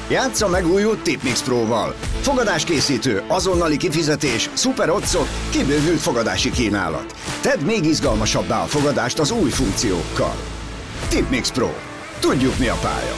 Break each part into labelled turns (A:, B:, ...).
A: Játsza meg új Tipmix Pro-val. Fogadáskészítő, azonnali kifizetés, szuper oddsok, kibővült fogadási kínálat. Tedd még izgalmasabbá a fogadást az új funkciókkal. Tipmix Pro. Tudjuk, mi a pálya.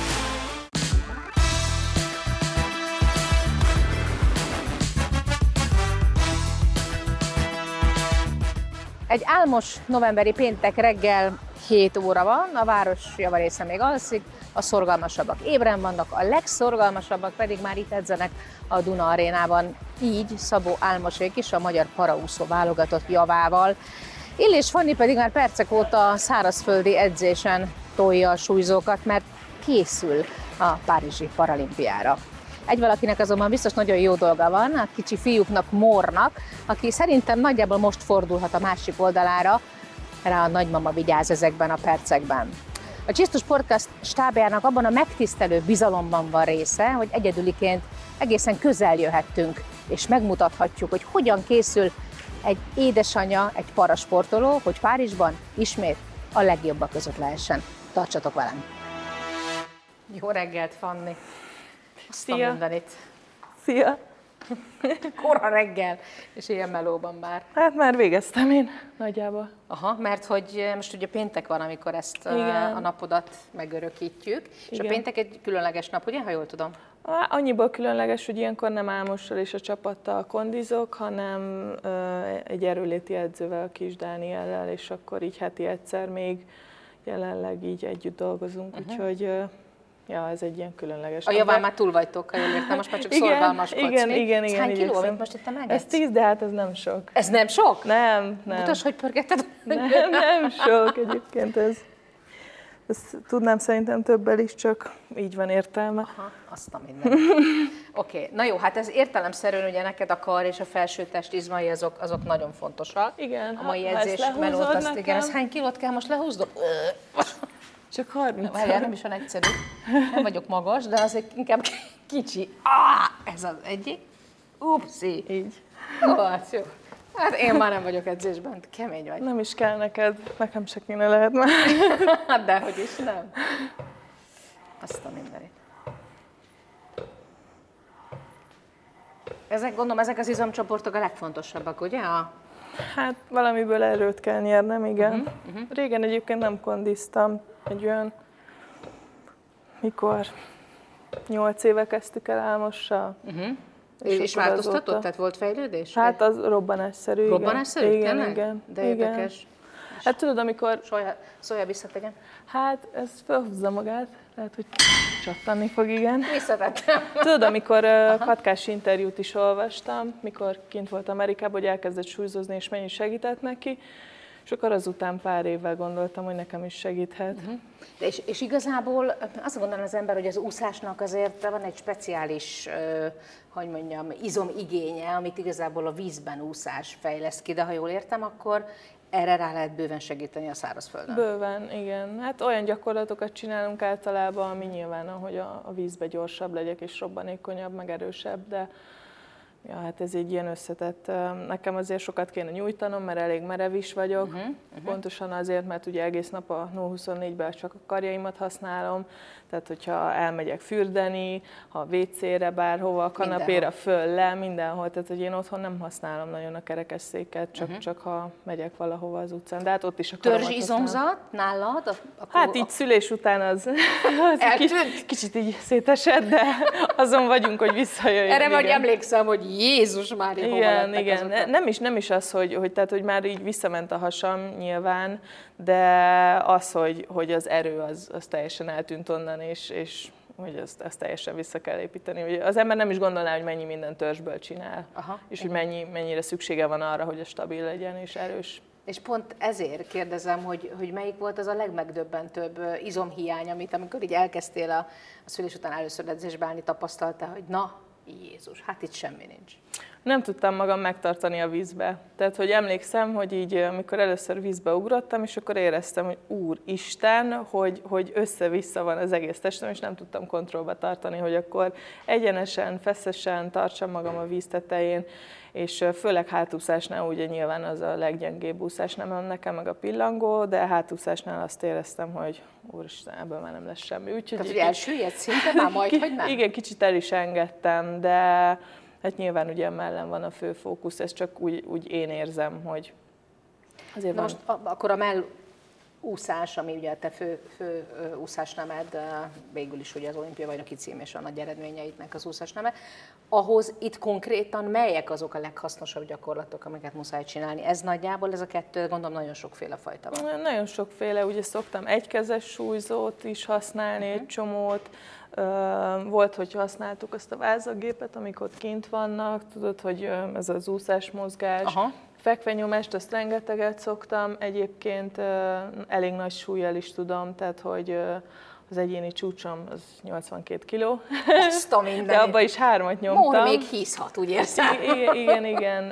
B: Egy álmos novemberi péntek reggel 7 óra van, a város javarésze még alszik, a szorgalmasabbak ébren vannak, a legszorgalmasabbak pedig már itt edzenek a Duna Arénában. Így Szabó Álmosék is a magyar paraúszó válogatott javával. Illés Fanni pedig már percek óta szárazföldi edzésen tolja a súlyzókat, mert készül a párizsi paralimpiára. Egy valakinek azonban biztos nagyon jó dolga van, a kicsi fiúknak, Mórnak, aki szerintem nagyjából most fordulhat a másik oldalára, rá a nagymama vigyáz ezekben a percekben. A Csisztus Podcast stábjának abban a megtisztelő bizalomban van része, hogy egyedüliként egészen közel jöhettünk, és megmutathatjuk, hogy hogyan készül egy édesanyja, egy parasportoló, hogy Párizsban ismét a legjobbak között lehessen. Tartsatok velem! Jó reggelt, Fanni! Azt a mindenit.
C: Szia!
B: Kora reggel, és ilyen melóban már.
C: Hát már végeztem én, nagyjából.
B: Aha, mert hogy most ugye péntek van, amikor ezt a napodat megörökítjük, és a péntek egy különleges nap, ugye, ha jól tudom?
C: Annyiból különleges, hogy ilyenkor nem Álmossal és a csapattal kondizok, hanem egy erőléti edzővel, a Kis Dániellel, és akkor így heti egyszer még jelenleg így együtt dolgozunk, úgyhogy... Ja, ez egy ilyen különleges.
B: A javán már túl vagytok, ha jól értem, most már csak szorgalmaskodsz.
C: Igen.
B: Hány kiló, amit most itt megetsz?
C: Ez 10, de hát ez nem sok.
B: Ez nem sok?
C: Nem.
B: Mutasd, hogy pörgetted.
C: Nem sok egyébként ez. Ezt tudnám szerintem többel is, csak így van értelme.
B: Aha, azt a minden. Oké, na jó, hát ez értelemszerűen ugye neked a kar és a felsőtest izmai azok nagyon fontosak.
C: Igen.
B: A mai edzés melót, azt igen, ez hány kilót kell most lehúznod?
C: Csak 30.
B: Várjál, nem is olyan egyszerű. Nem vagyok magas, de azért inkább kicsi. Ez az egyik. Upszi.
C: Így.
B: Jó. Hát én már nem vagyok edzésben, kemény vagy.
C: Nem is kell neked, nekem se kéne lehet már.
B: Dehogy is nem. Azt a mindenit. Gondolom, ezek az izomcsoportok a legfontosabbak, ugye?
C: Hát valamiből erőt kell nyernem, igen. Régen egyébként nem kondiztam, egy olyan, mikor 8 éve kezdtük el Álmossal.
B: És változtatott? Tehát volt fejlődés?
C: Hát az robbanásszerű, igen.
B: Robbanásszerű?
C: Igen.
B: De érdekes.
C: Hát tudod, amikor...
B: Szója visszategyen.
C: Hát ez felhúzza magát, lehet, hogy csattanni fog, igen.
B: Visszatettem.
C: Tudod, amikor Katkás interjút is olvastam, mikor kint volt Amerikában, hogy elkezdett súlyzozni, és mennyi segített neki, és akkor azután pár évvel gondoltam, hogy nekem is segíthet.
B: De és igazából azt gondolom az ember, hogy az úszásnak azért van egy speciális, hogy mondjam, izomigénye, amit igazából a vízben úszás fejleszt ki, de ha jól értem, akkor erre rá lehet bőven segíteni a szárazföldön.
C: Bőven, igen. Hát olyan gyakorlatokat csinálunk általában, ami nyilván, hogy a vízbe gyorsabb legyek és robbanékonyabb, meg erősebb, de ja, hát ez egy ilyen összetett. Nekem azért sokat kéne nyújtanom, mert elég merev is vagyok. Pontosan azért, mert ugye egész nap a 0-24-ben csak a karjaimat használom, tehát hogyha elmegyek fürdeni, ha WC-re, bárhova, a kanapéra föl, le, mindenhol. Tehát, hogy én otthon nem használom nagyon a kerekesszéket, csak ha megyek valahova az utcán. De hát ott is a karomat
B: törzsizomzat nálad?
C: Hát így szülés után az kicsit így szétesett, de azon vagyunk, hogy visszajöjjön.
B: Erre majd emlékszem, hogy Jézus Mária,
C: igen. Nem is az, hogy már így visszament a hasam nyilván, de az, hogy az erő az teljesen eltűnt onnan, és hogy ezt teljesen vissza kell építeni. Hogy az ember nem is gondolná, hogy mennyi minden törzsből csinál, és hogy mennyire szüksége van arra, hogy ez stabil legyen és erős.
B: És pont ezért kérdezem, hogy melyik volt az a legmegdöbbentőbb izomhiány, amit amikor így elkezdtél a szülés után először edzésbe állni, tapasztaltál, hogy na, Jézus, hát itt semmi nincs.
C: Nem tudtam magam megtartani a vízbe. Tehát, hogy emlékszem, hogy így, amikor először vízbe ugrottam, és akkor éreztem, hogy Úristen, hogy össze-vissza van az egész testem, és nem tudtam kontrollba tartani, hogy akkor egyenesen, feszesen tartsam magam a víz tetején. és főleg hátúszásnál ugye nyilván az a leggyengébb úszás, nem nekem meg a pillangó, de hátúszásnál azt éreztem, hogy úristen, ebből már nem lesz semmi.
B: Úgyhogy tehát, hogy elsüllyed szinte már majd, hogy nem?
C: Igen, kicsit el is engedtem, de hát nyilván ugye mellem van a fő fókusz, ez csak úgy én érzem, hogy azért
B: na
C: van.
B: most akkor a úszás, ami ugye a te fő úszásnemed, végül is ugye az olimpiai bajnoki cím és a nagy eredményeidnek az úszásneme, ahhoz itt konkrétan melyek azok a leghasznosabb gyakorlatok, amiket muszáj csinálni? Ez nagyjából, ez a kettő, gondolom nagyon sokféle fajta van.
C: Nagyon sokféle, ugye szoktam egykezes súlyzót is használni, egy csomót. Volt, hogy használtuk azt a vázagépet, amikor ott kint vannak, tudod, hogy ez az úszás mozgás. Aha. Fekvenyomást, azt rengeteget szoktam, egyébként elég nagy súllyal is tudom, tehát hogy az egyéni csúcsom az 82 kiló.
B: Azt a mindenit.
C: De abba is 3-at nyomtam.
B: Mór még hízhat, úgy érzem.
C: Igen.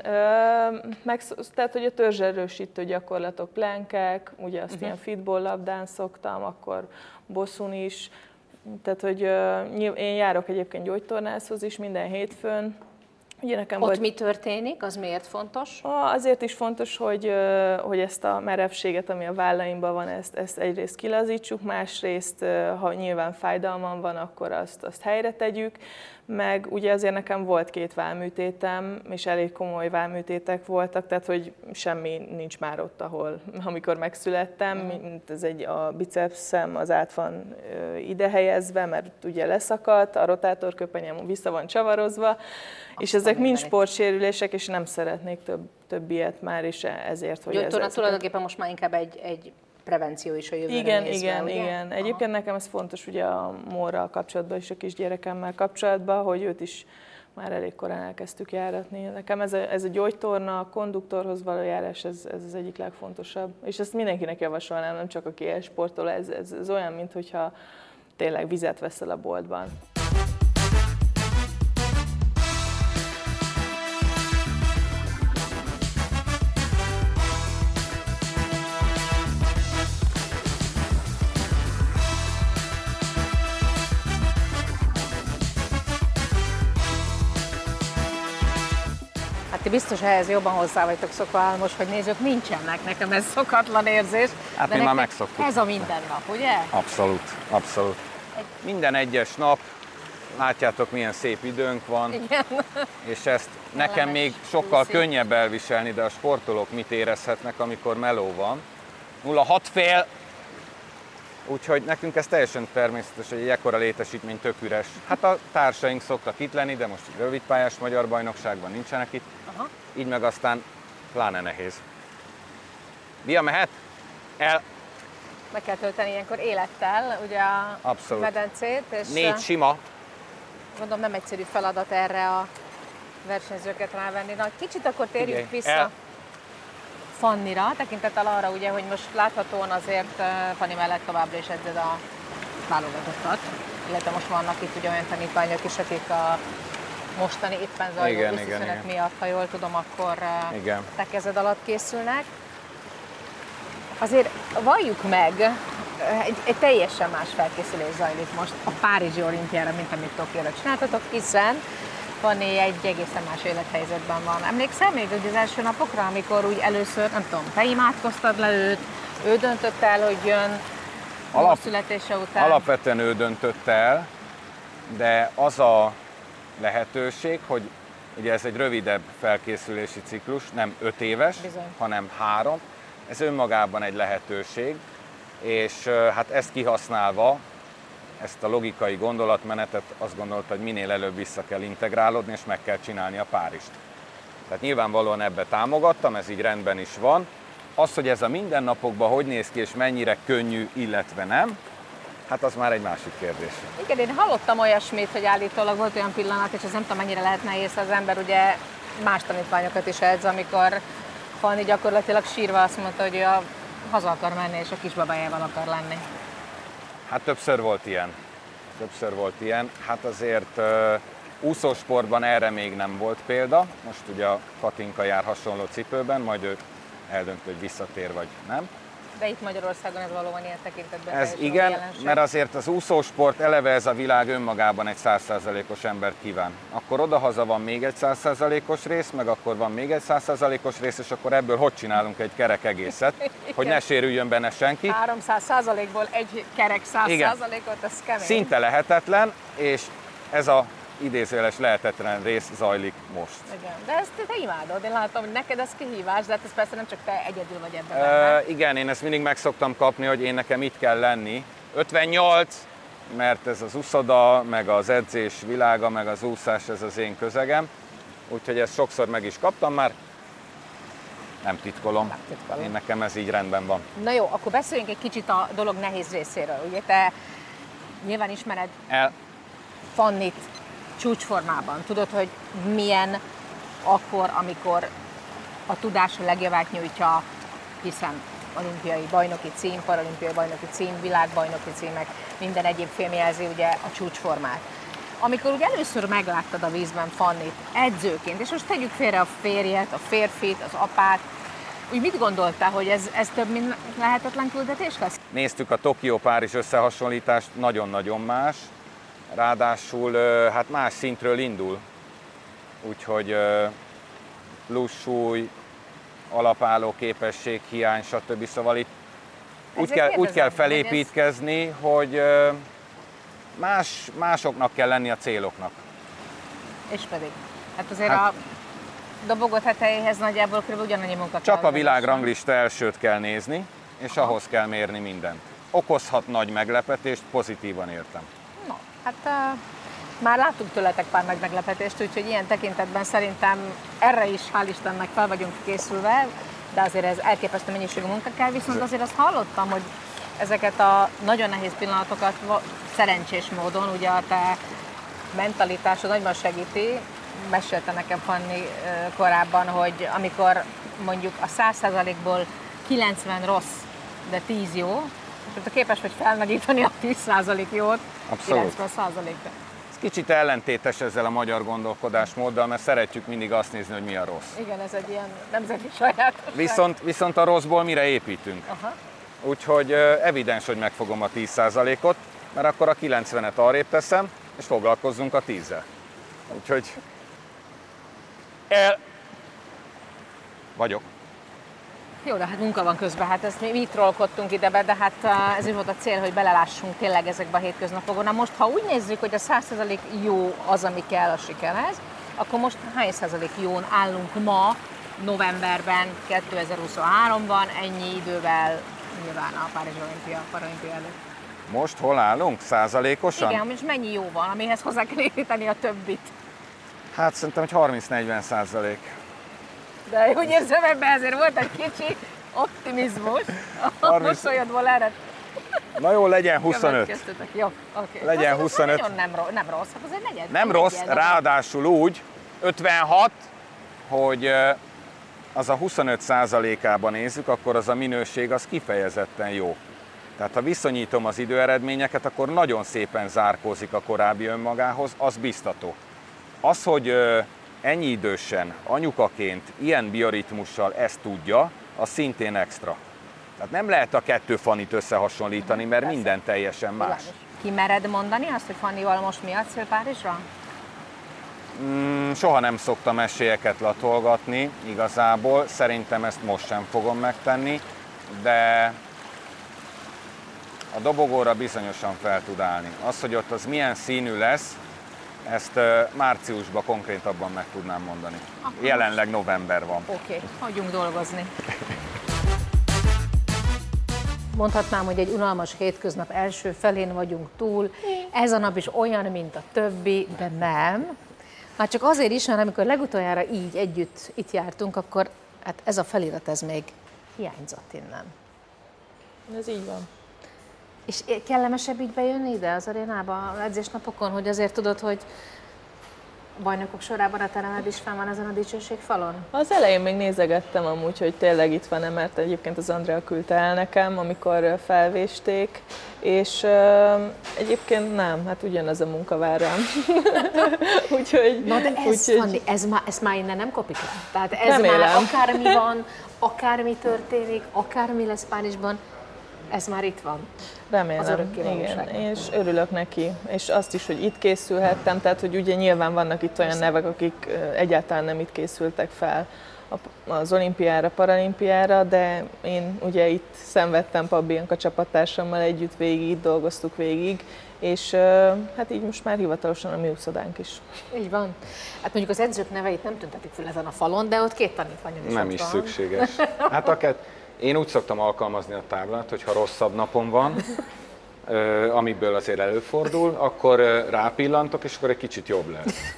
C: Tehát, hogy a törzserősítő gyakorlatok, plánkák, ugye azt ilyen fitball labdán szoktam, akkor bosszún is. Tehát, hogy én járok egyébként gyógytornászhoz is minden hétfőn. Ugye nekem
B: ott mi történik? Az miért fontos?
C: Azért is fontos, hogy ezt a merevséget, ami a vállaimban van, ezt egyrészt kilazítsuk, másrészt, ha nyilván fájdalmam van, akkor azt helyre tegyük. Meg ugye azért nekem volt 2 vállműtétem, és elég komoly vállműtétek voltak, tehát hogy semmi nincs már ott, amikor megszülettem. Ez a bicepszem az át van ide helyezve, mert ugye leszakadt, a rotátorköpenyem vissza van csavarozva, és ezek mind sportsérülések, és nem szeretnék több ilyet már, és ezért, hogy
B: ez tulajdonképpen most már inkább egy prevenció is a jövőre nézve,
C: Igen. Egyébként nekem ez fontos ugye a Mórral kapcsolatban és a kisgyerekemmel kapcsolatban, hogy őt is már elég korán elkezdtük járatni. Nekem ez a gyógytorna, a konduktorhoz való járás, ez az egyik legfontosabb. És ezt mindenkinek javasolnám, nem csak aki sportol, ez olyan, mintha tényleg vizet veszel a boltban.
B: Ti biztos ehhez jobban hozzá vagytok szokva, most, hogy nézők nincsenek, nekem ez szokatlan érzés.
D: Hát mi már megszoktuk.
B: Ez a mindennap, ugye?
D: Abszolút. Minden egyes nap, látjátok milyen szép időnk van,
B: igen.
D: És ezt nekem még sokkal könnyebb elviselni, de a sportolók mit érezhetnek, amikor meló van. 0,6 úgyhogy nekünk ez teljesen természetes, hogy egy ekkora létesítmény tök üres. Hát a társaink szoktak itt lenni, de most rövidpályás magyar bajnokságban nincsenek itt. Aha. Így meg aztán pláne nehéz. Bia, mehet? El!
B: Meg kell tölteni ilyenkor élettel, ugye a medencét. És
D: 4 sima.
B: Gondolom nem egyszerű feladat erre a versenyzőket rávenni. Na, kicsit akkor térjünk vissza Fannira, tekintettel arra, ugye, hogy most láthatóan azért Fanni mellett továbbra is edzed a válogatottat, illetve most vannak itt ugye olyan tanítványok is, akik a mostani éppen zajló visszaszünet miatt, ha jól tudom, akkor te kezed alatt készülnek. Azért valljuk meg, egy teljesen más felkészülés zajlik most a Párizsi olimpiára, mint amit Tokióra csináltatok, hiszen Fanni egy egészen más élethelyzetben van. Emlékszel még az első napokra, amikor úgy először, nem tudom, te imádkoztad le őt, ő döntött el, hogy jön a születése után?
D: Alapvetően ő döntött el, de az a lehetőség, hogy ugye ez egy rövidebb felkészülési ciklus, nem 5 éves, hanem 3, ez önmagában egy lehetőség, és hát ezt kihasználva, ezt a logikai gondolatmenetet azt gondolta, hogy minél előbb vissza kell integrálódni, és meg kell csinálni a Párizst. Tehát nyilvánvalóan ebbe támogattam, ez így rendben is van. Az, hogy ez a mindennapokban hogy néz ki, és mennyire könnyű, illetve nem, hát az már egy másik kérdés.
B: Igen, én hallottam olyasmit, hogy állítólag volt olyan pillanat, és ez nem tudom, mennyire lehet nehéz, az ember ugye más tanítványokat is edz, amikor Fanni gyakorlatilag sírva azt mondta, hogy ő haza akar menni, és a kisbabájával akar lenni.
D: Hát többször volt ilyen. Hát azért úszósportban erre még nem volt példa. Most ugye a Katinka jár hasonló cipőben, majd ő eldönt, hogy visszatér vagy nem.
B: De itt Magyarországon ez valóban ilyen tekintetben
D: Ez igen, mert azért az úszósport eleve ez a világ önmagában egy 100%-os embert kíván. Akkor odahaza van még egy 100%-os rész, meg akkor van még egy 100%-os rész, és akkor ebből hogy csinálunk egy kerek egészet, hogy ne sérüljön benne senki.
B: 300%-ból egy kerek 100%-ot, ez kemény.
D: Szinte lehetetlen, és ez a idézőjeles lehetetlen rész zajlik most.
B: Igen, de ezt te imádod, én látom, hogy neked ez kihívás, de hát ez persze nem csak te egyedül vagy ebben.
D: Igen, én ezt mindig meg szoktam kapni, hogy én nekem itt kell lenni. 58, mert ez az úszoda, meg az edzés világa, meg az úszás, ez az én közegem. Úgyhogy ezt sokszor meg is kaptam már. Nem titkolom. Én nekem ez így rendben van.
B: Na jó, akkor beszéljünk egy kicsit a dolog nehéz részéről. Ugye te nyilván ismered Fannit csúcsformában. Tudod, hogy milyen akkor, amikor a tudás a legjobbát nyújtja, hiszen olimpiai bajnoki cím, paralimpiai bajnoki cím, világbajnoki címek, minden egyéb film jelzi ugye a csúcsformát. Amikor ugye először megláttad a vízben Fannit edzőként, és most tegyük félre a férjet, a férfit, az apát, úgy mit gondoltál, hogy ez több, mint lehetetlen küldetés lesz?
D: Néztük a Tokió-Párizs összehasonlítást, nagyon-nagyon más. Ráadásul hát más szintről indul, úgyhogy plusz súly, alapálló képesség, hiány, stb. Szóval itt úgy kell felépítkezni, hogy másoknak kell lenni a céloknak.
B: És pedig? Hát azért a dobogó tetejéhez nagyjából kb. Ugyanannyi munka kell.
D: Csak a világranglista elsőt kell nézni, és ahhoz kell mérni mindent. Okozhat nagy meglepetést, pozitívan értem.
B: No, hát már láttunk tőletek pár nagy meglepetést, úgyhogy ilyen tekintetben szerintem erre is, hál' Istennek fel vagyunk készülve, de azért ez elképesztő mennyiségű munka kell, viszont azért azt hallottam, hogy ezeket a nagyon nehéz pillanatokat szerencsés módon, ugye a te mentalitásod nagyban segíti. Mesélte nekem Fanni korábban, hogy amikor mondjuk a 100%-ból 90 rossz, de 10 jó, és te képes vagy felnagyítani a 10% jót 90%-ra.
D: Ez kicsit ellentétes ezzel a magyar gondolkodásmóddal, mert szeretjük mindig azt nézni, hogy mi a rossz.
B: Igen, ez egy ilyen nemzeti sajátosság.
D: Viszont a rosszból mire építünk? Aha. Úgyhogy evidens, hogy megfogom a 10%-ot, mert akkor a 90-et arrébb teszem, és foglalkozzunk a 10-zel. Úgyhogy vagyok.
B: Jó, de hát munka van közben, hát ezt mi trollkodtunk ide be, de hát ez is volt a cél, hogy belelássunk tényleg ezekbe a hétköznapokon. Na most, ha úgy nézzük, hogy a 100% jó az, ami kell a sikerhez, akkor most hány százalék jón állunk ma, novemberben, 2023-ban, ennyi idővel nyilván a Párizsi Paralimpia előtt?
D: Most hol állunk? Százalékosan?
B: Igen, és mennyi jó van, amihez hozzá kell építeni a többit?
D: Hát szerintem, hogy 30-40%.
B: De úgy érzem, ebben ezért volt egy kicsi optimizmus a mosolyodból ered.
D: Na jó, legyen 25.
B: Jó, oké.
D: Legyen 25.
B: Nagyon nem rossz, hát azért negyed.
D: Nem rossz, ráadásul úgy, 56, hogy az a 25%-ában nézzük, akkor az a minőség az kifejezetten jó. Tehát ha viszonyítom az időeredményeket, akkor nagyon szépen zárkózik a korábbi önmagához, az biztató. Az, hogy ennyi idősen, anyukaként, ilyen bioritmussal ezt tudja, az szintén extra. Tehát nem lehet a kettő Fannit összehasonlítani, mert minden teljesen más.
B: Ki mered mondani azt, hogy Fannival most mi a cél Párizsra?
D: Soha nem szoktam esélyeket latolgatni igazából, szerintem ezt most sem fogom megtenni, de a dobogóra bizonyosan fel tud állni. Az, hogy ott az milyen színű lesz, ezt márciusban konkrétabban meg tudnám mondani. Jelenleg november van.
B: Oké, hagyjunk dolgozni. Mondhatnám, hogy egy unalmas hétköznap első felén vagyunk túl. Ez a nap is olyan, mint a többi, de nem. Már csak azért is, mert amikor legutoljára így együtt itt jártunk, akkor hát ez a felirat, ez még hiányzott innen.
C: Ez így van.
B: És kellemesebb így bejönni ide az arénába, az edzésnapokon, hogy azért tudod, hogy bajnokok sorában a te neved is fenn van ezen a dicsőségfalon?
C: Az elején még nézegettem amúgy, hogy tényleg itt van-e, mert egyébként az Andrea küldte el nekem, amikor felvésték, és egyébként nem, hát ugyanaz a munka vár rám. Úgyhogy...
B: Na de ez, Fanni, ez már innen nem kopik le. Tehát ez
C: remélem.
B: Már akármi van, akármi történik, akármi lesz Párizsban, ez már itt van.
C: Remélem, igen, és örülök neki, és azt is, hogy itt készülhettem, tehát hogy ugye nyilván vannak itt olyan nevek, akik egyáltalán nem itt készültek fel az olimpiára, paralimpiára, de én ugye itt szenvedtem Pap Bianca csapattársammal együtt végig, itt dolgoztuk végig, és hát így most már hivatalosan a mi úszodánk is.
B: Így van. Hát mondjuk az edzők neveit nem tüntetik fel ezen a falon, de ott két tanítványon is
D: nem
B: ott
D: is
B: van.
D: szükséges. Hát én úgy szoktam alkalmazni a táblát, hogy ha rosszabb napom van, amiből azért előfordul, akkor rápillantok, és akkor egy kicsit jobb lesz.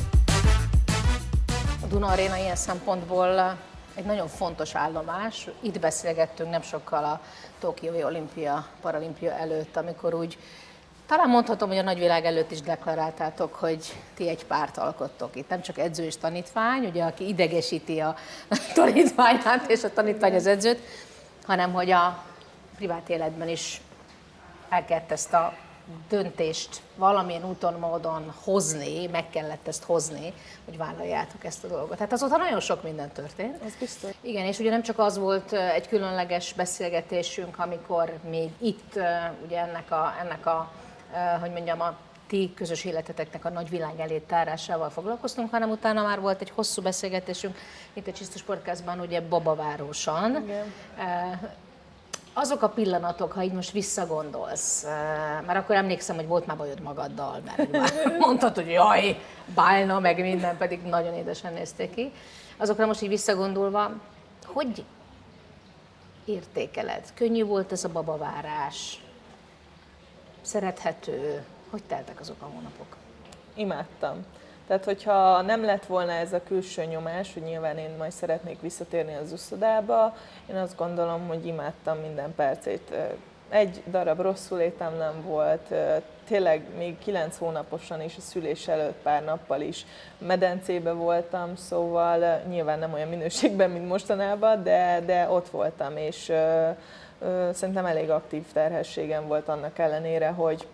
B: A Duna Arena ilyen szempontból egy nagyon fontos állomás. Itt beszélgettünk nem sokkal a Tokiói olimpia, paralimpia előtt, amikor úgy talán mondhatom, hogy a nagyvilág előtt is deklaráltátok, hogy ti egy párt alkottok itt. Nem csak edző és tanítvány, ugye, aki idegesíti a tanítványát és a tanítvány az edzőt, hanem hogy a privát életben is el kellett ezt a döntést valamilyen úton, módon hozni, meg kellett ezt hozni, hogy vállaljátok ezt a dolgot. Tehát azóta nagyon sok minden történt.
C: Ez biztos.
B: Igen, és ugye nem csak az volt egy különleges beszélgetésünk, amikor még itt ugye ennek a hogy mondjam, a ti közös életeteknek a nagyvilág elé tárásával foglalkoztunk, hanem utána már volt egy hosszú beszélgetésünk itt a Csisztus Podcastban, ugye Babavároson.
C: Igen.
B: Azok a pillanatok, ha így most visszagondolsz, mert akkor emlékszem, hogy volt már bajod magaddal, mert mondtad, hogy jaj, bálna, meg minden, pedig nagyon édesen nézték ki. Azokra most így visszagondolva, hogy értékeled? Könnyű volt ez a babavárás? Szerethető? Hogy teltek azok a hónapok?
C: Imádtam. Tehát, hogyha nem lett volna ez a külső nyomás, hogy nyilván én majd szeretnék visszatérni az uszodába, én azt gondolom, hogy imádtam minden percét. Egy darab rosszulétem nem volt, tényleg még 9 hónaposan is, a szülés előtt pár nappal is medencébe voltam, szóval nyilván nem olyan minőségben, mint mostanában, de ott voltam, és szerintem elég aktív terhességem volt annak ellenére, hogy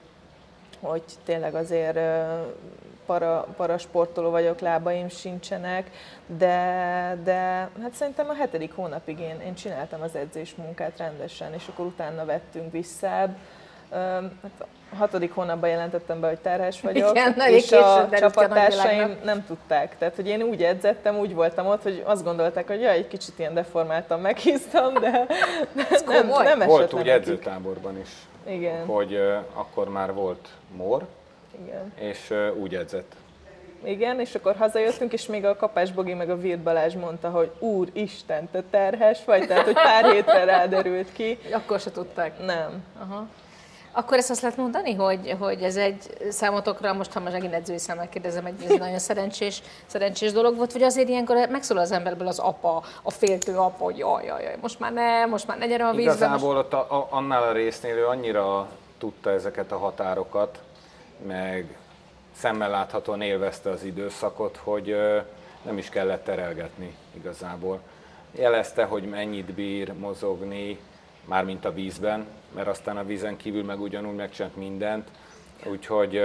C: tényleg azért parasportoló vagyok, lábaim sincsenek, de hát szerintem a 7. hónapig én csináltam az edzésmunkát rendesen, és akkor utána vettünk visszább. Hát a 6. hónapban jelentettem be, hogy terhes vagyok,
B: igen,
C: és a csapattársaim nem tudták. Tehát, hogy én úgy edzettem, úgy voltam ott, hogy azt gondolták, hogy jaj, egy kicsit ilyen deformáltan meghíztam, de nem esett.
D: Volt úgy edzőtáborban is,
C: igen.
D: hogy akkor már volt mor,
C: igen.
D: és úgy edzett.
C: Igen, és akkor hazajöttünk, és még a Kapás Bogi meg a Virt Balázs mondta, hogy Úristen, te terhes vagy, tehát hogy pár hétre ráderült ki.
B: Akkor se tudták.
C: Nem.
B: Aha. Akkor ezt azt lehet mondani, hogy ez egy számotokra, most ha megint edzői szemmel kérdezem, egy nagyon szerencsés dolog volt, vagy azért ilyenkor megszólal az emberből az apa, a féltő apa, hogy jaj, most már ne gyere a vízbe.
D: Igazából ott annál a résznél ő annyira tudta ezeket a határokat, meg szemmel láthatóan élvezte az időszakot, hogy nem is kellett terelgetni igazából. Jelezte, hogy mennyit bír mozogni, mármint a vízben, mert aztán a vízen kívül meg ugyanúgy megcsinált mindent, úgyhogy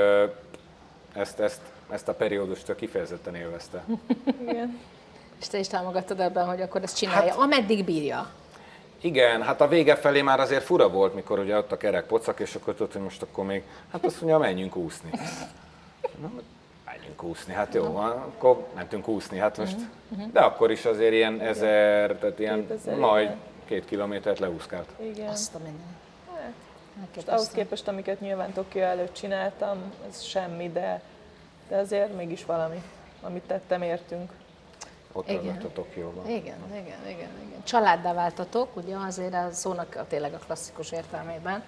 D: ezt a periódust kifejezetten élvezte.
C: Igen.
B: És te is támogattad ebben, hogy akkor ezt csinálja, ameddig bírja.
D: Igen, hát a vége felé már azért fura volt, mikor ugye ott a kerek pocak, és akkor tudod, hogy most akkor még, hát azt mondja, menjünk úszni. Na, menjünk úszni, hát jó, akkor mentünk úszni, hát most, de akkor is azért ilyen 1000, tehát ilyen majd 2 kilométert leúszkált.
C: Igen.
B: Azt a minden.
C: Hát, ahhoz képest, amiket nyilván Tokió előtt csináltam, ez semmi, de azért mégis valami, amit tettem, értünk.
D: Ott ragadott a Tokióban.
B: Igen. Családdá váltatok, ugye azért a szónak tényleg a klasszikus értelmében.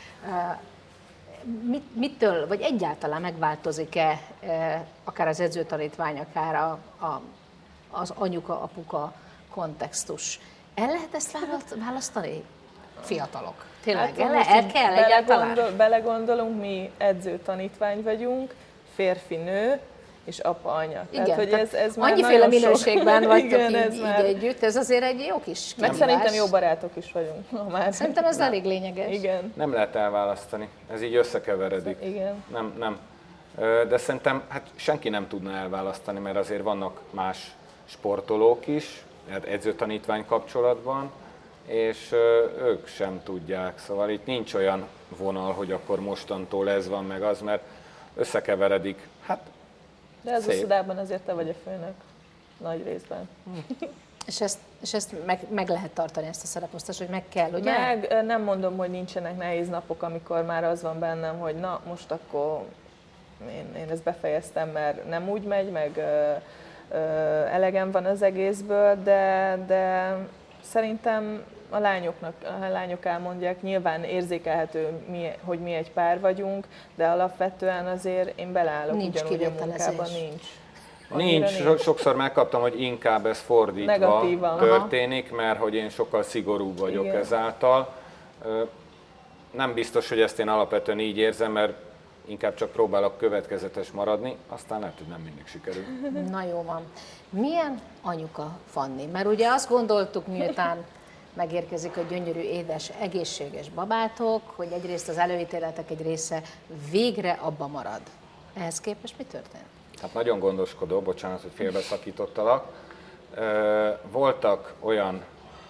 B: Mitől, vagy egyáltalán megváltozik-e akár az edzőtanítvány, akár az anyuka-apuka kontextus? El lehet ezt választani? Fiatalok. Tényleg,
C: hát,
B: el kell egyáltalán?
C: Belegondolunk, mi edző-tanítvány vagyunk, férfi-nő, és apa, anya.
B: Igen,
C: tehát, hogy ez már
B: annyiféle minőségben vagytok
C: igen,
B: így együtt, ez azért egy jó kis
C: meg
B: kihívás.
C: szerintem jó barátok is vagyunk. Már.
B: Szerintem ez elég lényeges.
C: Igen.
D: Nem lehet elválasztani, ez így összekeveredik.
C: Igen.
D: Nem. De szerintem hát senki nem tudna elválasztani, mert azért vannak más sportolók is, edzőtanítvány kapcsolatban, és ők sem tudják. Szóval itt nincs olyan vonal, hogy akkor mostantól ez van, meg az, mert összekeveredik. Hát,
C: de az
D: szép.
C: uszodában azért te vagy a főnök, nagy részben.
B: És ezt meg lehet tartani, ezt a szereposztást, hogy meg kell, ugye?
C: Meg nem mondom, hogy nincsenek nehéz napok, amikor már az van bennem, hogy na, most akkor én ezt befejeztem, mert nem úgy megy, meg elegem van az egészből, de szerintem a lányok elmondják, nyilván érzékelhető, hogy mi egy pár vagyunk, de alapvetően azért én beleállok ugyanúgy a munkában, nincs.
D: Sokszor megkaptam, hogy inkább ez fordítva
C: negatívan
D: történik, mert hogy én sokkal szigorúbb vagyok ezáltal. Nem biztos, hogy ezt én alapvetően így érzem, mert inkább csak próbálok következetes maradni, aztán lehet, hogy nem mindig sikerül.
B: Na jó van. Milyen anyuka Fanni? Mert ugye azt gondoltuk, miután megérkezik a gyönyörű, édes, egészséges babátok, hogy egyrészt az előítéletek egy része végre abba marad. Ehhez képest mi történt?
D: Hát nagyon gondoskodó, bocsánat, hogy félbeszakítottalak. Voltak olyan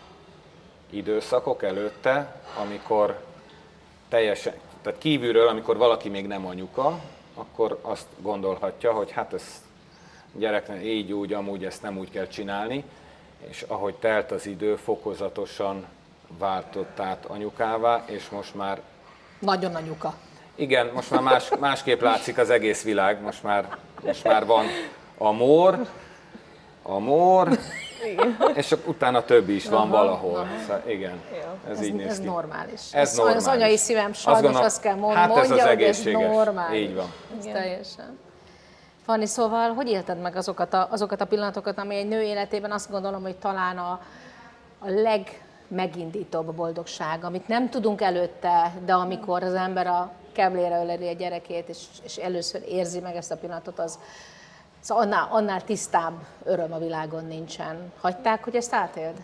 D: időszakok előtte, amikor teljesen, tehát kívülről, amikor valaki még nem anyuka, akkor azt gondolhatja, hogy hát ez gyereknek így úgy, amúgy ezt nem úgy kell csinálni, és ahogy telt az idő, fokozatosan váltott át anyukává, és most már...
B: Nagyon anyuka.
D: Igen, most már másképp látszik az egész világ, most már van amor, és utána többi is van valahol. Szóval igen, ez így néz ki.
B: Ez normális.
D: Ez normális.
B: Az anyai szívem sajnos azt kell mondja,
D: ez az
B: hogy ez
D: egészséges.
B: normális.
D: Így van.
B: Ez teljesen. Fanni, szóval hogy élted meg azokat a pillanatokat, ami egy nő életében azt gondolom, hogy talán a legmegindítóbb boldogság, amit nem tudunk előtte, de amikor az ember a keblére öleli a gyerekét, és először érzi meg ezt a pillanatot, az annál tisztább öröm a világon nincsen. Hagyták, hogy ezt átéld?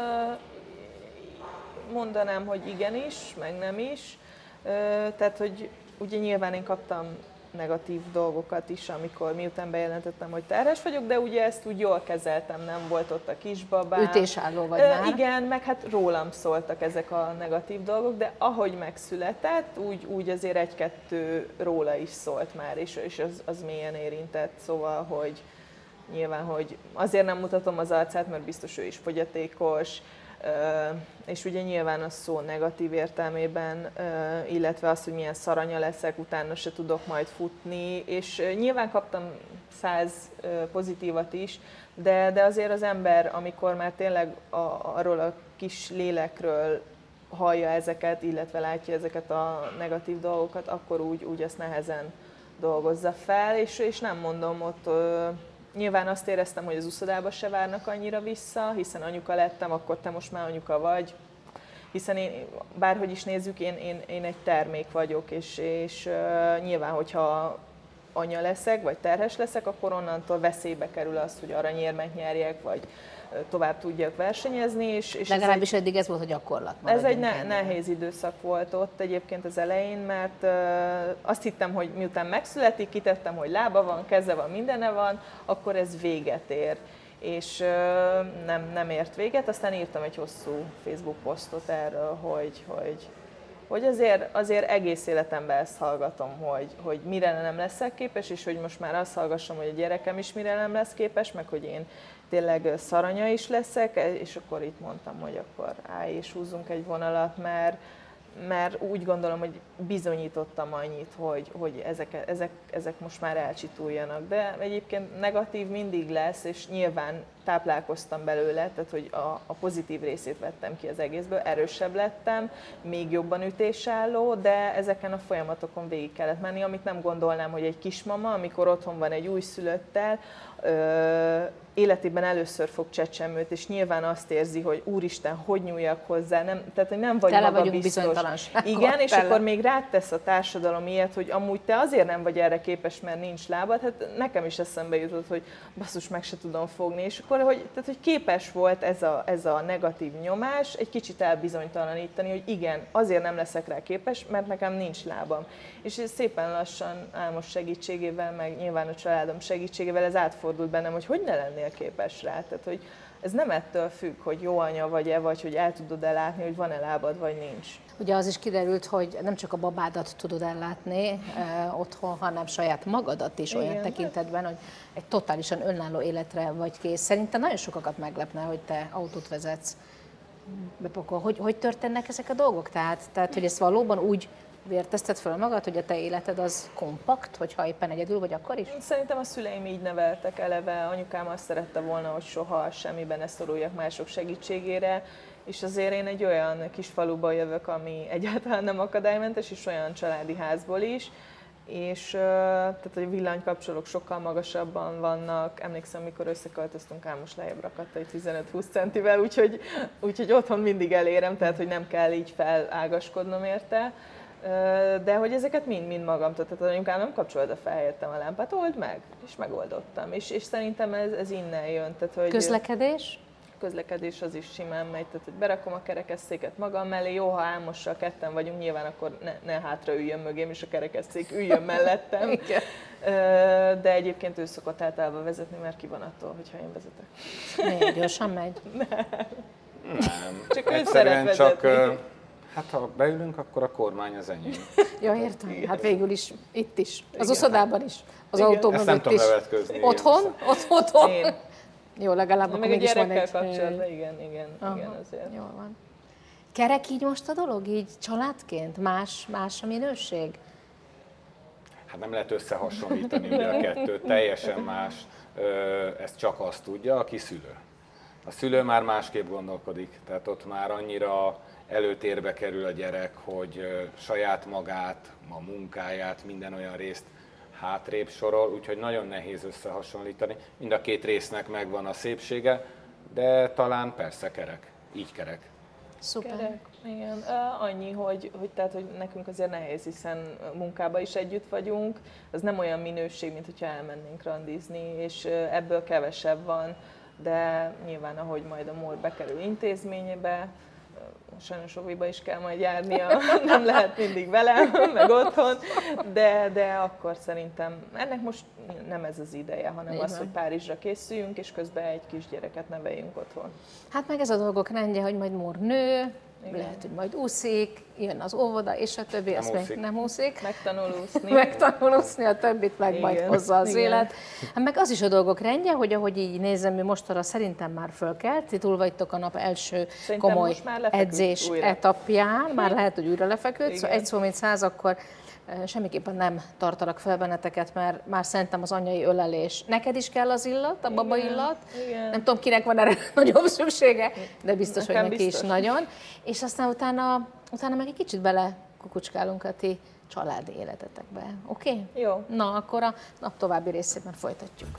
C: Mondanám, hogy igenis, meg nem is. Tehát, hogy ugye nyilván én kaptam negatív dolgokat is, amikor miután bejelentettem, hogy terhes vagyok, de ugye ezt úgy jól kezeltem, nem volt ott a kisbabám.
B: Ütésálló vagy már?
C: Igen, meg hát rólam szóltak ezek a negatív dolgok, de ahogy megszületett, úgy azért egy-kettő róla is szólt már, és az mélyen érintett, szóval, hogy nyilván, hogy azért nem mutatom az arcát, mert biztos ő is fogyatékos, és ugye nyilván a szó negatív értelmében, illetve az, hogy milyen szaranya leszek, utána se tudok majd futni, és nyilván kaptam 100 pozitívat is, de azért az ember, amikor már tényleg arról a kis lélekről hallja ezeket, illetve látja ezeket a negatív dolgokat, akkor úgy azt nehezen dolgozza fel, és nem mondom, ott nyilván azt éreztem, hogy az uszodába se várnak annyira vissza, hiszen anyuka lettem, akkor te most már anyuka vagy. Hiszen én, bárhogy is nézzük, én egy termék vagyok, és nyilván, hogyha anya leszek, vagy terhes leszek, akkor onnantól veszélybe kerül az, hogy aranyérmet nyerjek, vagy tovább tudjak versenyezni. És
B: legalábbis eddig ez volt a gyakorlat.
C: Ez egy nehéz időszak volt ott egyébként az elején, mert azt hittem, hogy miután megszületik, kitettem, hogy lába van, keze van, mindene van, akkor ez véget ér. És nem ért véget, aztán írtam egy hosszú Facebook posztot erről, hogy azért egész életemben ezt hallgatom, hogy mire nem leszek képes, és hogy most már azt hallgassam, hogy a gyerekem is mire nem lesz képes, meg hogy én tényleg szaranya is leszek, és akkor itt mondtam, hogy akkor állj és húzzunk egy vonalat, mert úgy gondolom, hogy bizonyítottam annyit, hogy ezek most már elcsituljanak. De egyébként negatív mindig lesz, és nyilván táplálkoztam belőle, tehát hogy a pozitív részét vettem ki az egészből, erősebb lettem, még jobban ütésálló, de ezeken a folyamatokon végig kellett menni, amit nem gondolnám, hogy egy kismama, amikor otthon van egy újszülöttel, életében először fog csecsemőt, és nyilván azt érzi, hogy úristen, hogy nyúljak hozzá, nem, tehát hogy nem vagy
B: tele
C: maga biztos. Igen, és akkor még rátesz a társadalom ilyet, hogy amúgy te azért nem vagy erre képes, mert nincs lábad, hát nekem is eszembe jutott, hogy basszus, meg se tudom fogni, és akkor, hogy képes volt ez a negatív nyomás egy kicsit elbizonytalanítani, hogy igen, azért nem leszek rá képes, mert nekem nincs lábam. És szépen lassan Álmos segítségével, meg nyilván a családom segítségével ez átfordult bennem, hogy ne lennél képes rá. Tehát, hogy ez nem ettől függ, hogy jó anya vagy-e, vagy hogy el tudod-e látni, hogy van-e lábad, vagy nincs.
B: Ugye az is kiderült, hogy nem csak a babádat tudod ellátni otthon, hanem saját magadat is olyan tekintetben, hogy egy totálisan önálló életre vagy kész. Szerintem nagyon sokakat meglepne, hogy te autót vezetsz. Hogy történnek ezek a dolgok? Tehát, hogy ezt valóban úgy vértezted föl magad, hogy a te életed az kompakt, hogyha éppen egyedül vagy, akkor is?
C: Szerintem a szüleim így neveltek eleve. Anyukám azt szerette volna, hogy soha semmiben ne szoruljak mások segítségére, és azért én egy olyan kis faluba jövök, ami egyáltalán nem akadálymentes, és olyan családi házból is, és tehát a villanykapcsolók sokkal magasabban vannak. Emlékszem, mikor összeköltöztünk, Álmos lejjebb rakadt egy 15-20 centivel, úgyhogy otthon mindig elérem, tehát hogy nem kell így felágaskodnom érte. De hogy ezeket mind magamtól, tehát anyukám nem kapcsolta fel helyettem a lámpát, old meg, és megoldottam. És szerintem ez innen jön. Tehát, hogy
B: közlekedés?
C: Közlekedés az is simán megy, tehát hogy berakom a kerekesszéket magam mellé, jó, ha Álmossal ketten vagyunk, nyilván akkor ne hátra üljön mögém, és a kerekesszék üljön mellettem. De egyébként ő szokott általában vezetni, mert ki van attól, hogyha én vezetek.
B: Még gyorsan megy?
C: Nem. Csak ő szeret vezetni.
D: Hát ha beülünk, akkor a kormány az enyém.
B: Ja, értem. Igen. Hát végül is, itt is, az uszodában is, az autó mögött is.
D: Ezt nem tudom levetközni.
B: Otthon? Otthon? Jó, legalább akkor
C: mégis van egy...
B: kapcsolatban,
C: igen, azért.
B: Jól van. Kerek így most a dolog, így családként? Más a minőség?
D: Hát nem lehet összehasonlítani ugye a kettőt, teljesen más. Ez csak azt tudja, aki szülő. A szülő már másképp gondolkodik, tehát ott már annyira előtérbe kerül a gyerek, hogy saját magát, a munkáját, minden olyan részt hátrébb sorol, úgyhogy nagyon nehéz összehasonlítani. Mind a két résznek megvan a szépsége, de talán persze kerek, így kerek.
B: Szuper.
C: Kerek, igen. Annyi, hogy nekünk azért nehéz, hiszen munkában is együtt vagyunk, az nem olyan minőség, mint hogyha elmennénk randizni, és ebből kevesebb van, de nyilván ahogy majd a Mór bekerül intézménybe, sajnos óviba is kell majd járnia, nem lehet mindig velem, meg otthon, de akkor szerintem ennek most nem ez az ideje, hanem
B: így
C: az,
B: van,
C: hogy Párizsra készüljünk, és közben egy kisgyereket neveljünk otthon.
B: Hát meg ez a dolgok rendje, hogy majd Mór nő, lehet, hogy majd úszik, jön az óvoda, és a többi, ezt még nem úszik.
C: Megtanul úszni.
B: Megtanul úszni, a többit meg majd hozza az élet. Hát meg az is a dolgok rendje, hogy ahogy így nézem, mi mostanra szerintem már fölkelt, ti túl vagytok a nap első
C: szerintem
B: komoly edzés
C: újra
B: etapján, már lehet, hogy újra lefeküdt, szóval egy szó mint száz, akkor semmiképpen nem tartalak fel benneteket, mert már szerintem az anyai ölelés. Neked is kell az illat, a baba illat.
C: Igen.
B: Nem tudom, kinek van erre nagyobb szüksége, de biztos,
C: Nekem
B: hogy neki
C: biztos
B: is nagyon. És aztán utána meg egy kicsit bele kukucskálunk a ti családi életetekbe. Oké? Okay?
C: Jó.
B: Na, akkor a nap további részében folytatjuk.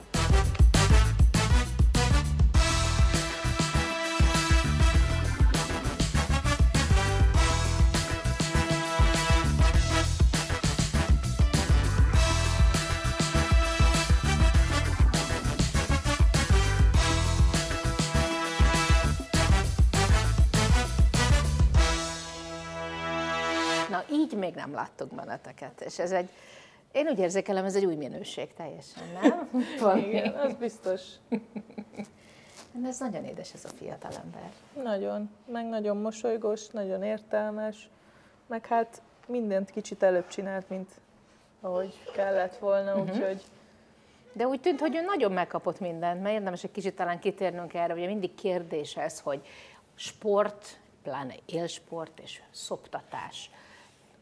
B: Na, így még nem láttuk benneteket, és ez egy, én úgy érzékelem, ez egy új minőség teljesen, nem?
C: Igen, az biztos.
B: De ez nagyon édes, ez a fiatalember.
C: Nagyon, meg nagyon mosolygós, nagyon értelmes, meg hát mindent kicsit előbb csinált, mint ahogy kellett volna, úgyhogy...
B: De úgy tűnt, hogy ő nagyon megkapott mindent, mert érdemes egy kicsit talán kitérnünk erre, ugye mindig kérdés ez, hogy sport, pláne élsport és szoptatás.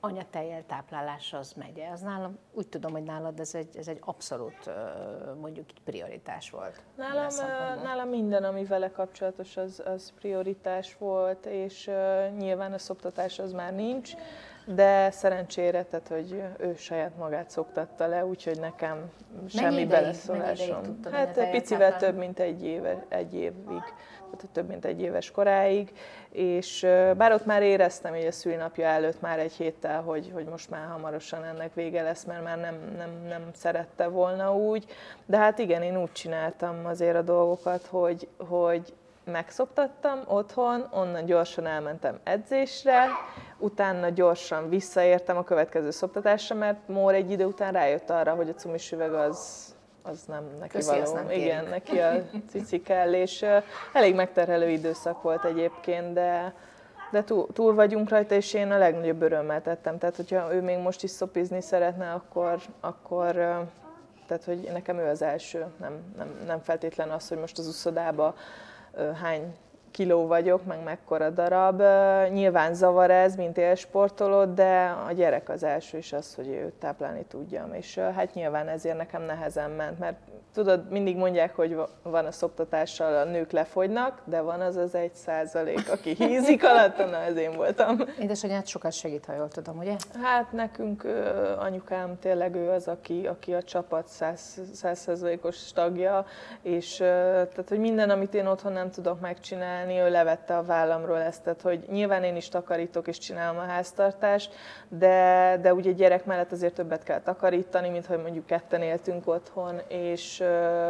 B: anyatejjel táplálás az megy. Az nálam, úgy tudom, hogy nálad ez egy abszolút mondjuk prioritás volt.
C: Nálam minden, ami vele kapcsolatos, az prioritás volt, és nyilván a szoptatás az már nincs, de szerencsére, tehát, hogy ő saját magát szoktatta le, úgyhogy nekem semmi beleszólásom. Hát picivel több, mint egy évig, tehát több mint egy éves koráig, és bár ott már éreztem így a szülinapja előtt már egy héttel, hogy most már hamarosan ennek vége lesz, mert már nem szerette volna úgy, de hát igen, én úgy csináltam azért a dolgokat, hogy megszoptattam otthon, onnan gyorsan elmentem edzésre, utána gyorsan visszaértem a következő szoptatásra, mert Mór egy idő után rájött arra, hogy a cumis üveg az nem neki való. Igen, neki a cici kell, és elég megterhelő időszak volt egyébként, de túl vagyunk rajta, és én a legnagyobb örömmel tettem. Tehát, hogyha ő még most is szopizni szeretne, akkor tehát, hogy nekem ő az első, nem feltétlen az, hogy most az uszodába hány kiló vagyok, meg mekkora darab. Nyilván zavar ez, mint élsportoló, de a gyerek az első is az, hogy őt táplálni tudjam. És hát nyilván ezért nekem nehezen ment, mert tudod, mindig mondják, hogy van a szoptatással a nők lefogynak, de van az 1%, aki hízik alatt, na ez én voltam.
B: Édesanyád sokat segít, ha jól tudom, ugye?
C: Hát nekünk anyukám tényleg ő az, aki a csapat 100%-os tagja, és tehát, hogy minden, amit én otthon nem tudok megcsinálni, ő levette a vállamról ezt, tehát, hogy nyilván én is takarítok és csinálom a háztartást, de ugye gyerek mellett azért többet kell takarítani, mint hogy mondjuk ketten éltünk otthon, és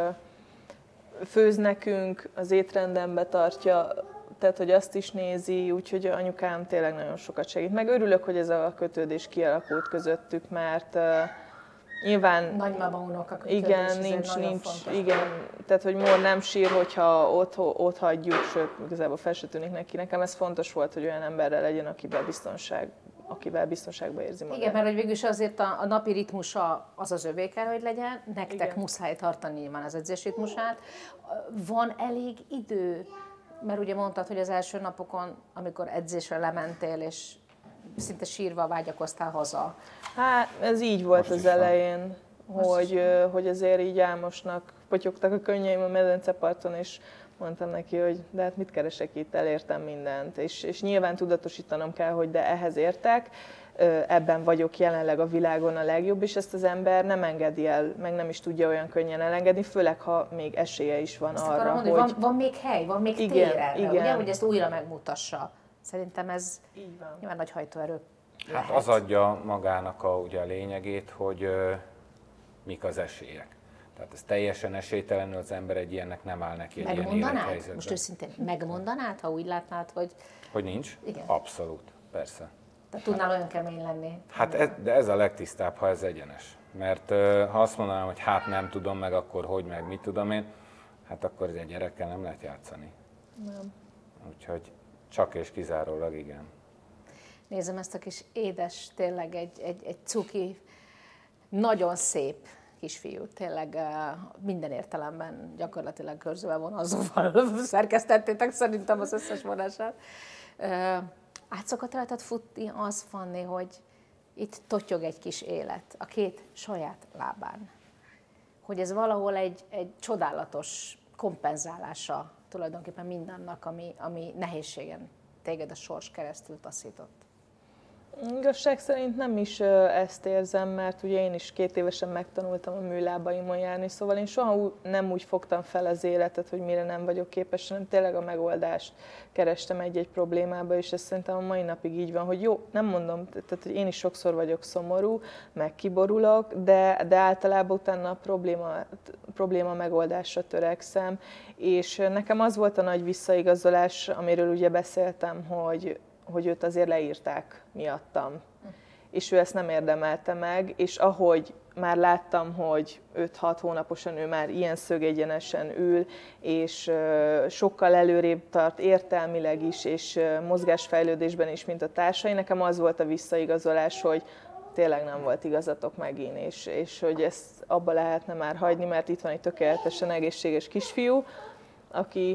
C: főz nekünk, az étrendembe tartja, tehát hogy azt is nézi, úgyhogy anyukám tényleg nagyon sokat segít. Meg örülök, hogy ez a kötődés kialakult közöttük, mert nyilván...
B: Nagymama unoka kötődés,
C: igen, nincs, igen, tehát hogy Mór nem sír, hogyha ott hagyjuk, sőt, igazából fel se tűnik neki. Nekem ez fontos volt, hogy olyan emberrel legyen, akivel biztonságban érzi magát.
B: Igen, mert hogy végülis azért a napi ritmusa az övé kell, hogy legyen, nektek igen. Muszáj tartani nyilván az edzés ritmusát. Van elég idő, mert ugye mondtad, hogy az első napokon, amikor edzésre lementél, és szinte sírva vágyakoztál haza.
C: Hát ez így volt az elején, hogy azért így álmosnak potyogtak a könnyeim a medenceparton, és mondtam neki, hogy de hát mit keresek itt, elértem mindent, és nyilván tudatosítanom kell, hogy de ehhez értek, ebben vagyok jelenleg a világon a legjobb, és ezt az ember nem engedi el, meg nem is tudja olyan könnyen elengedni, főleg ha még esélye is van
B: ezt
C: arra,
B: mondani, hogy... Van még hely, van még tér erre, ugye, hogy ezt újra megmutassa. Szerintem ez nyilván nagy hajtóerő lehet.
D: Hát az adja magának ugye a lényegét, hogy mik az esélyek. Tehát ez teljesen esélytelenül az ember egy ilyennek nem áll neki egy ilyen élethelyzetben.
B: Most őszintén megmondanád, ha úgy látnád, hogy...
D: Hogy nincs?
B: Igen.
D: Abszolút, persze.
B: Tehát tudnál olyan kemény lenni.
D: Hát de ez a legtisztább, ha ez egyenes. Mert ha azt mondanám, hogy hát nem tudom meg, akkor hogy meg, mit tudom én, hát akkor egy gyerekkel nem lehet játszani.
C: Nem.
D: Úgyhogy csak és kizárólag igen.
B: Nézem ezt a kis édes, tényleg egy cuki, nagyon szép kisfiú, tényleg minden értelemben gyakorlatilag körzővel vonalzóval szerkesztettétek szerintem az összes vonását. Át szokott rajtad futni az, Fanni, hogy itt totyog egy kis élet a két saját lábán. Hogy ez valahol egy csodálatos kompenzálása tulajdonképpen mindannak, ami nehézségen téged a sors keresztül taszított.
C: Igazság szerint nem is ezt érzem, mert ugye én is 2 évesen megtanultam a műlábaimon járni, szóval én soha nem úgy fogtam fel az életet, hogy mire nem vagyok képes, hanem tényleg a megoldást kerestem egy-egy problémába, és ez szerintem a mai napig így van, hogy jó, nem mondom, tehát hogy én is sokszor vagyok szomorú, meg kiborulok, de általában utána a probléma megoldásra törekszem, és nekem az volt a nagy visszaigazolás, amiről ugye beszéltem, hogy őt azért leírták miattam. És ő ezt nem érdemelte meg, és ahogy már láttam, hogy 5-6 hónaposan ő már ilyen szögegyenesen ül, és sokkal előrébb tart értelmileg is, és mozgásfejlődésben is, mint a társai, nekem az volt a visszaigazolás, hogy tényleg nem volt igazatok megint, és hogy ezt abba lehetne már hagyni, mert itt van egy tökéletesen egészséges kisfiú, aki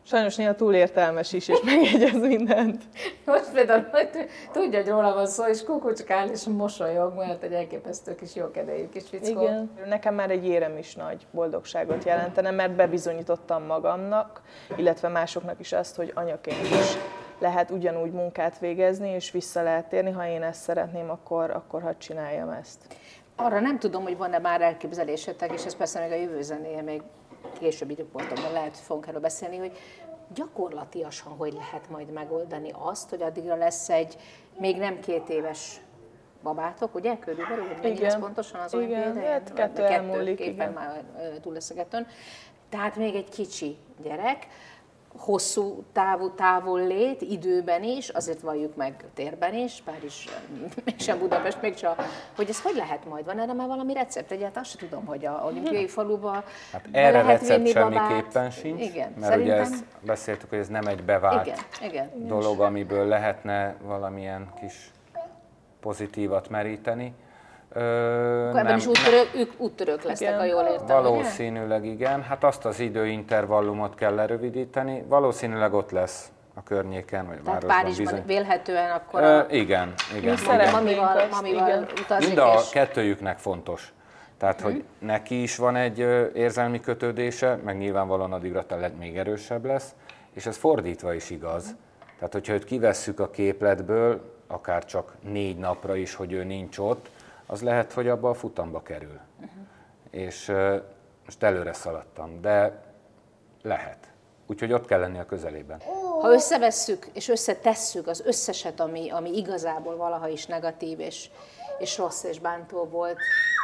C: Sajnos néha túl értelmes is, és megjegyez mindent.
B: Most például tudja, hogy róla van szó, és kukucskál, és mosolyog, mert egy elképesztő kis jókedélyű kis fickó.
C: Igen. Nekem már egy érem is nagy boldogságot jelentene, mert bebizonyítottam magamnak, illetve másoknak is azt, hogy anyaként is lehet ugyanúgy munkát végezni, és vissza lehet térni. Ha én ezt szeretném, akkor hadd csináljam ezt.
B: Arra nem tudom, hogy van-e már elképzelésetek, és ez persze még a jövő zenéje, még későbbi időpontokban lehet, hogy fogunk erről beszélni, hogy gyakorlatiasan hogy lehet majd megoldani azt, hogy addigra lesz egy még nem 2 éves babátok, ugye? Körülbelül, hogy mennyi lesz pontosan az olimpiai ideje?
C: Hát 2 elmúlik,
B: éppen már túl lesz a 2-n. Tehát még egy kicsi gyerek, hosszú távú távollét, időben is, azért valljuk meg térben is, Párizs, mégsem Budapest, még csak, hogy ez hogy lehet majd? Van erre már valami recept? Egyáltalán azt sem tudom, hogy a olimpiai faluba
D: hát erre
B: lehet
D: recept
B: vinni
D: semmiképpen sincs,
B: igen,
D: mert ugye ezt beszéltük, hogy ez nem egy bevált dolog, amiből lehetne valamilyen kis pozitívat meríteni.
B: Ebben is úttörők lesznek, ha jól értem.
D: Valószínűleg ugye? Igen. Hát azt az időintervallumot kell lerövidíteni. Valószínűleg ott lesz a környéken, vagy
B: tehát
D: városban
B: Párizsban vélhetően akkor
D: igen.
B: Mamival utazik.
D: Mind a kettőjüknek fontos. Tehát, hogy neki is van egy érzelmi kötődése, meg nyilvánvalóan addigra még erősebb lesz, és ez fordítva is igaz. Tehát, hogyha őt kivesszük a képletből, akár csak 4 napra is, hogy ő nincs ott, az lehet, hogy abba a futamba kerül. És most előre szaladtam, de lehet. Úgyhogy ott kell lenni a közelében.
B: Ha összevesszük és összetesszük az összeset, ami igazából valaha is negatív és rossz és bántó volt,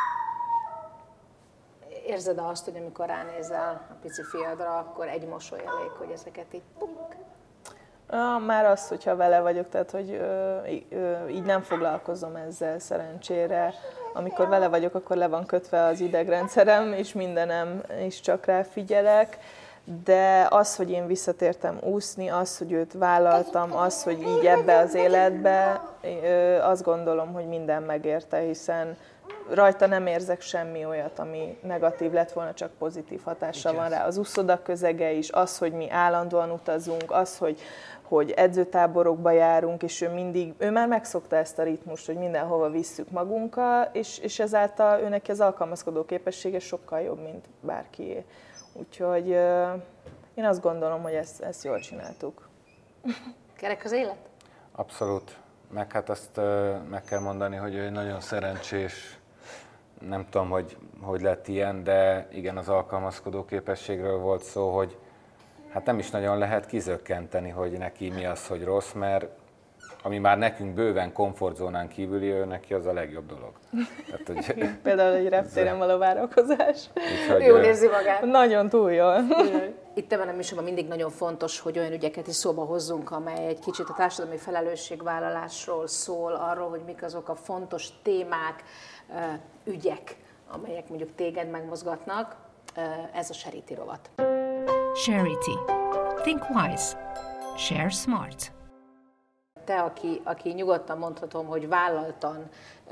B: érzed azt, hogy amikor ránézel a pici fiadra, akkor egy mosoly elég, hogy ezeket így punk?
C: Már az, hogyha vele vagyok, tehát hogy így nem foglalkozom ezzel szerencsére. Amikor vele vagyok, akkor le van kötve az idegrendszerem, és mindenem is csak rá figyelek. De az, hogy én visszatértem úszni, az, hogy őt vállaltam, az, hogy így ebbe az életbe, azt gondolom, hogy minden megérte, hiszen rajta nem érzek semmi olyat, ami negatív lett volna, csak pozitív hatással van rá. Az úszoda közege is, az, hogy mi állandóan utazunk, az, hogy edzőtáborokba járunk, és ő már megszokta ezt a ritmust, hogy mindenhova visszük magunkkal, és ezáltal őnek az alkalmazkodó képessége sokkal jobb, mint bárkié. Úgyhogy én azt gondolom, hogy ezt jól csináltuk.
B: Kerek az élet?
D: Abszolút. Meg hát azt meg kell mondani, hogy ő nagyon szerencsés, nem tudom, hogy lett ilyen, de igen, az alkalmazkodó képességről volt szó, hogy hát nem is nagyon lehet kizökkenteni, hogy neki mi az, hogy rossz, mert ami már nekünk bőven komfortzónán kívüli, ő neki az a legjobb dolog. Tehát, hogy
C: például egy reptéren való várakozás.
B: Jól érzi magát.
C: Nagyon túl jól.
B: Itt ebben a műsorban mindig nagyon fontos, hogy olyan ügyeket is szóba hozzunk, amely egy kicsit a társadalmi felelősségvállalásról szól, arról, hogy mik azok a fontos témák, ügyek, amelyek mondjuk téged megmozgatnak. Ez a Charity rovat.
E: Charity. Think wise. Share smart.
B: Te, aki nyugodtan mondhatom, hogy vállaltan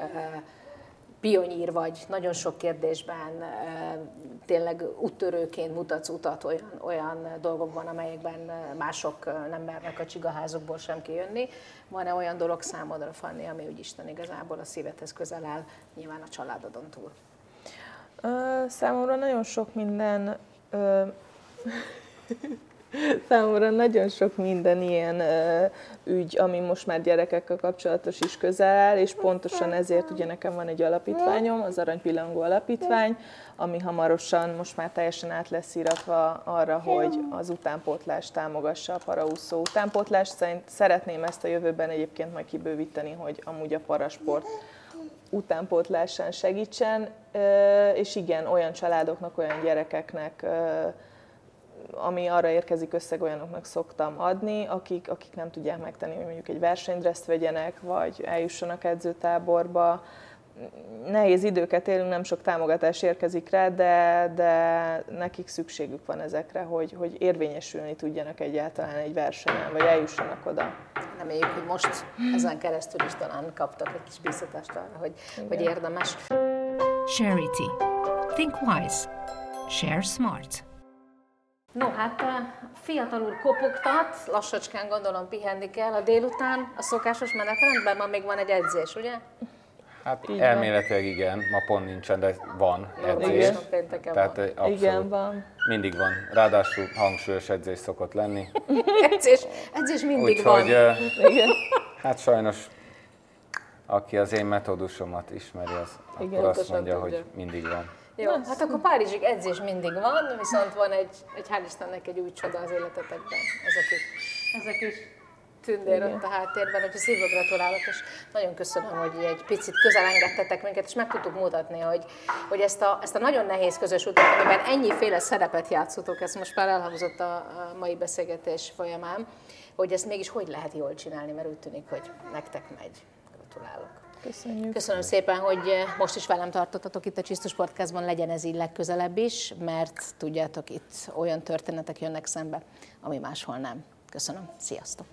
B: pionnyír vagy nagyon sok kérdésben, tényleg úttörőként mutatsz utat olyan dolgokban, amelyekben mások nem mernek a csigaházukból sem kijönni. Van-e olyan dolog számodra, Fanni, ami úgy Isten igazából a szívedhez közel áll, nyilván a családodon túl?
C: Számomra nagyon sok minden... Számomra nagyon sok minden ilyen ügy, ami most már gyerekekkel kapcsolatos is közel áll, és pontosan ezért ugye nekem van egy alapítványom, az Aranypillangó Alapítvány, ami hamarosan most már teljesen át lesz íratva arra, hogy az utánpótlást támogassa, a paraúszó utánpótlást. Szeretném ezt a jövőben egyébként majd kibővíteni, hogy amúgy a parasport utánpótlásán segítsen, és igen, olyan családoknak, olyan gyerekeknek, ami arra érkezik összeg, olyanoknak szoktam adni, akik nem tudják megtenni, hogy mondjuk egy versenydreszt vegyenek, vagy eljussanak edzőtáborba. Nehéz időket élünk, nem sok támogatás érkezik rá, de nekik szükségük van ezekre, hogy érvényesülni tudjanak egyáltalán egy versenyen, vagy eljussanak oda.
B: Reméljük, hogy most ezen keresztül is talán kaptak egy kis bíztatást arra, hogy érdemes.
E: Charity. Think wise. Share smart.
B: No, hát fiatalul kopogtat, lassacskán gondolom pihenni kell a délután, a szokásos menetrendben, ma még van egy edzés, ugye?
D: Hát elméletileg igen, ma pont nincsen, de van edzés. Tehát abszolút
C: igen, van.
D: Mindig van. Ráadásul hangsúlyos edzés szokott lenni.
B: edzés mindig
D: Úgyhogy,
B: van.
D: Hát sajnos, aki az én metódusomat ismeri, az akkor azt mondja, hogy mindig van.
B: Jó, hát akkor Párizsig edzés mindig van, viszont van egy hál' Istennek egy új csoda az életetekben. Ez a kis tündér ott a háttérben, úgyhogy szívből gratulálok, és nagyon köszönöm, hogy egy picit közel engedtetek minket, és meg tudtuk mutatni, hogy ezt a nagyon nehéz közös utat, amiben ennyiféle szerepet játszotok, ez most már elhangzott a mai beszélgetés folyamán, hogy ezt mégis hogy lehet jól csinálni, mert úgy tűnik, hogy nektek megy. Gratulálok.
C: Köszönjük.
B: Köszönöm szépen, hogy most is velem tartottatok itt a Csisztus Podcastban, legyen ez így legközelebb is, mert tudjátok, itt olyan történetek jönnek szembe, ami máshol nem. Köszönöm, sziasztok!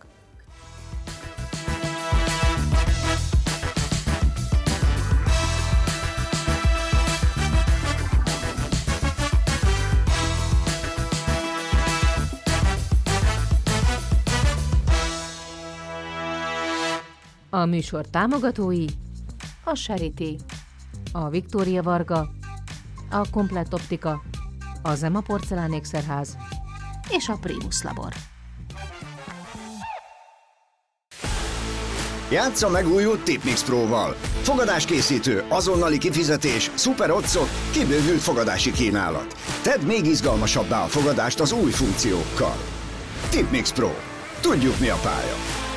B: A műsor támogatói a Charity, a Viktória Varga, a Komplett Optika, a Zema Porcelánékszerház és a Primus Labor.
A: Játsza meg új Tipmix Pro-val. Fogadáskészítő, azonnali kifizetés, szuper oddsok, kibővült fogadási kínálat. Tedd még izgalmasabbá a fogadást az új funkciókkal. Tipmix Pro. Tudjuk, mi a pálya.